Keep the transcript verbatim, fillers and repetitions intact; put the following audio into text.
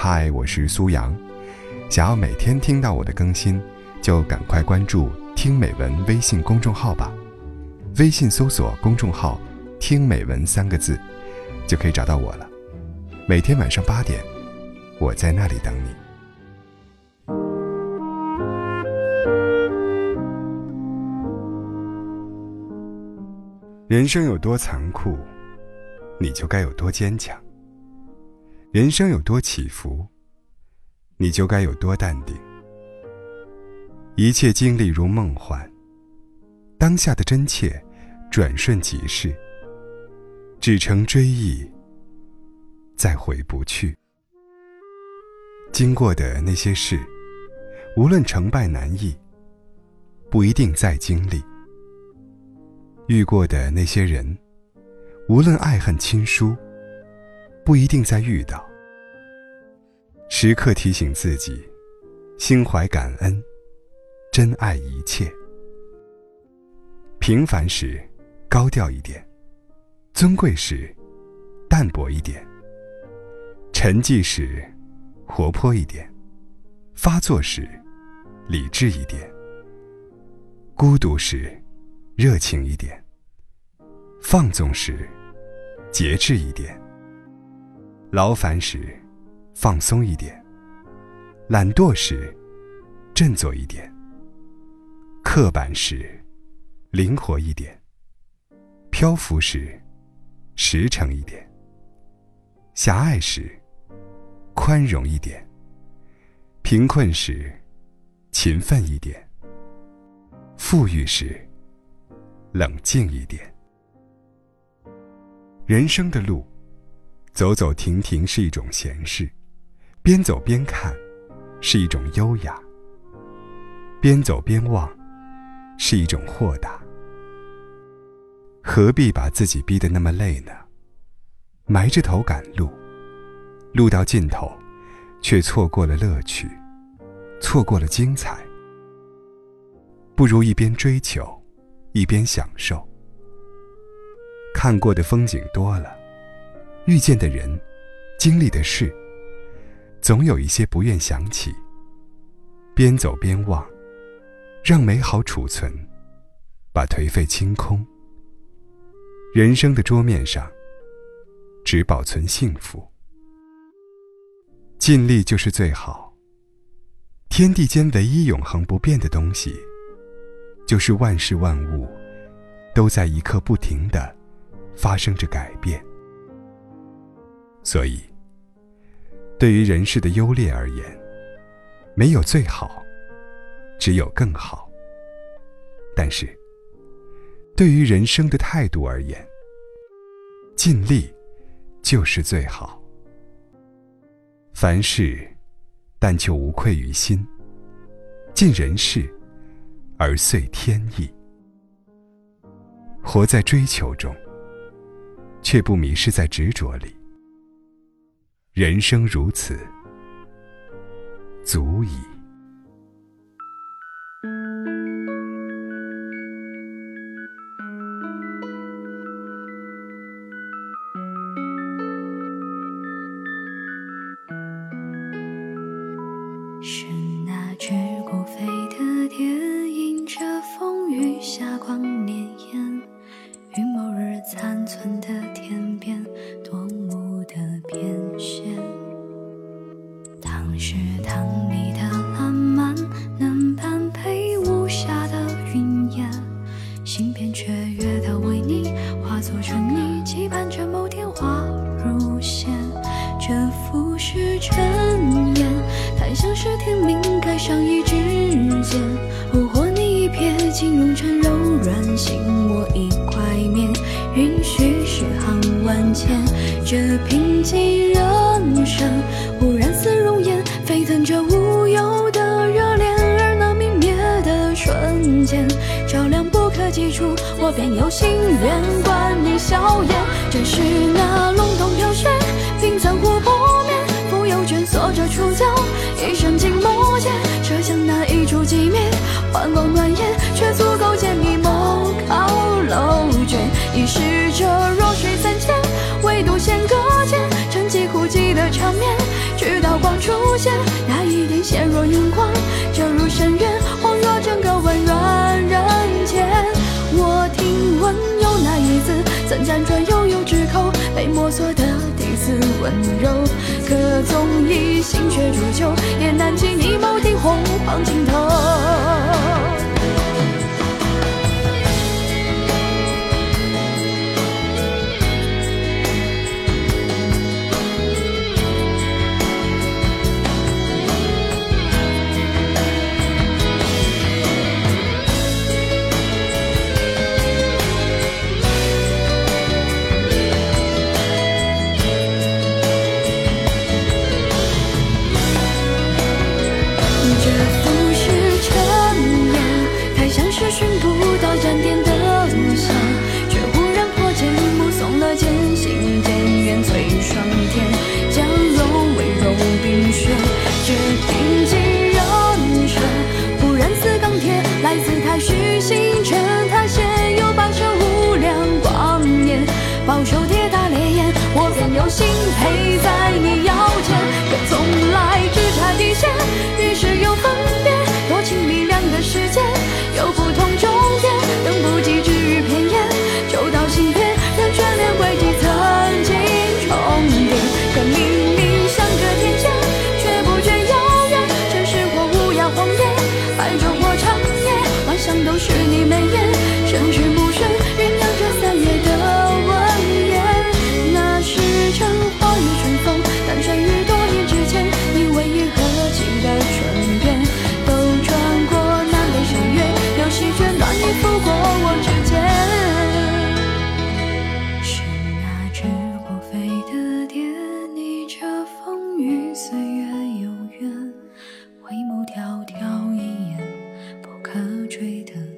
嗨，我是苏阳。想要每天听到我的更新，就赶快关注听美文微信公众号吧。微信搜索公众号听美文三个字，就可以找到我了。每天晚上八点，我在那里等你。人生有多残酷，你就该有多坚强；人生有多起伏，你就该有多淡定。一切经历如梦幻，当下的真切转瞬即逝，只成追忆，再回不去。经过的那些事，无论成败难易，不一定再经历；遇过的那些人，无论爱恨亲疏，不一定再遇到。时刻提醒自己，心怀感恩，珍爱一切。平凡时高调一点，尊贵时淡泊一点，沉寂时活泼一点，发作时理智一点，孤独时热情一点，放纵时节制一点，劳烦时放松一点，懒惰时振作一点，刻板时灵活一点，漂浮时实诚一点，狭隘时宽容一点，贫困时勤奋一点，富裕时冷静一点。人生的路，走走停停是一种闲事，边走边看是一种优雅，边走边望是一种豁达。何必把自己逼得那么累呢？埋着头赶路，路到尽头却错过了乐趣，错过了精彩。不如一边追求一边享受。看过的风景多了，遇见的人，经历的事，总有一些不愿想起。边走边望，让美好储存，把颓废清空。人生的桌面上，只保存幸福。尽力就是最好。天地间唯一永恒不变的东西，就是万事万物都在一刻不停地发生着改变。所以，对于人世的优劣而言，没有最好，只有更好。但是，对于人生的态度而言，尽力就是最好。凡事但求无愧于心，尽人事而遂天意。活在追求中，却不迷失在执着里。人生如此，足矣。 是那只孤飞的蝶，迎着风雨霞光潋滟，于某日残存的天边夺目的变现。当时当你的烂漫能般配无暇的云烟，心便雀跃地为你化作春泥，期盼着某天花如现。这浮世尘烟，太像是天命盖上一指尖，或或你一瞥竟融成柔软，心我一块面，允许诗行万千。这贫瘠人生，忽然似熔岩，沸腾着无忧的热恋，而那泯灭的瞬间，照亮不可及处，我便有心愿观你笑颜。这是那笼统飘雪，冰残或破灭，浮游卷锁着触角，一生静默间，设想那一触即灭，幻光暖眼，却足够解密某考楼卷。已逝者弱水三千，唯独弦搁浅，沉寂枯寂的场面，直到光出现，那一点显若荧光，折入深渊，恍若整个温软人间。我听闻有那一字，曾辗转悠悠之口，被摸索的第四温柔。可纵一心血煮酒，也难及你眸底红黄尽头。寻不到站点的下，却忽然破茧，目送了渐行渐远催霜天，将融为柔冰雪，决定既人生，忽然似钢铁，来自太虚星辰，他现有八生无量光年，饱受跌打烈焰，我便有幸陪在你腰间，可从来只差底线，于是有分别，多情蜜两个世界，有不同终点，等不及至于偏眼，就到心田，让眷恋轨迹曾经重叠。可明明相隔天堑，却不觉遥远。这是或无涯荒野，白昼或长夜，幻想都是你眉眼，生至暮睡，酝酿着三月的温言。那时辰花与春风，诞生于多年之前，你唯一和气的唇边，都穿过南北山岳，有席卷暖意拂过我指尖。是那只不飞的蝶，逆着风雨，岁月悠远，回眸迢迢一眼，不可追的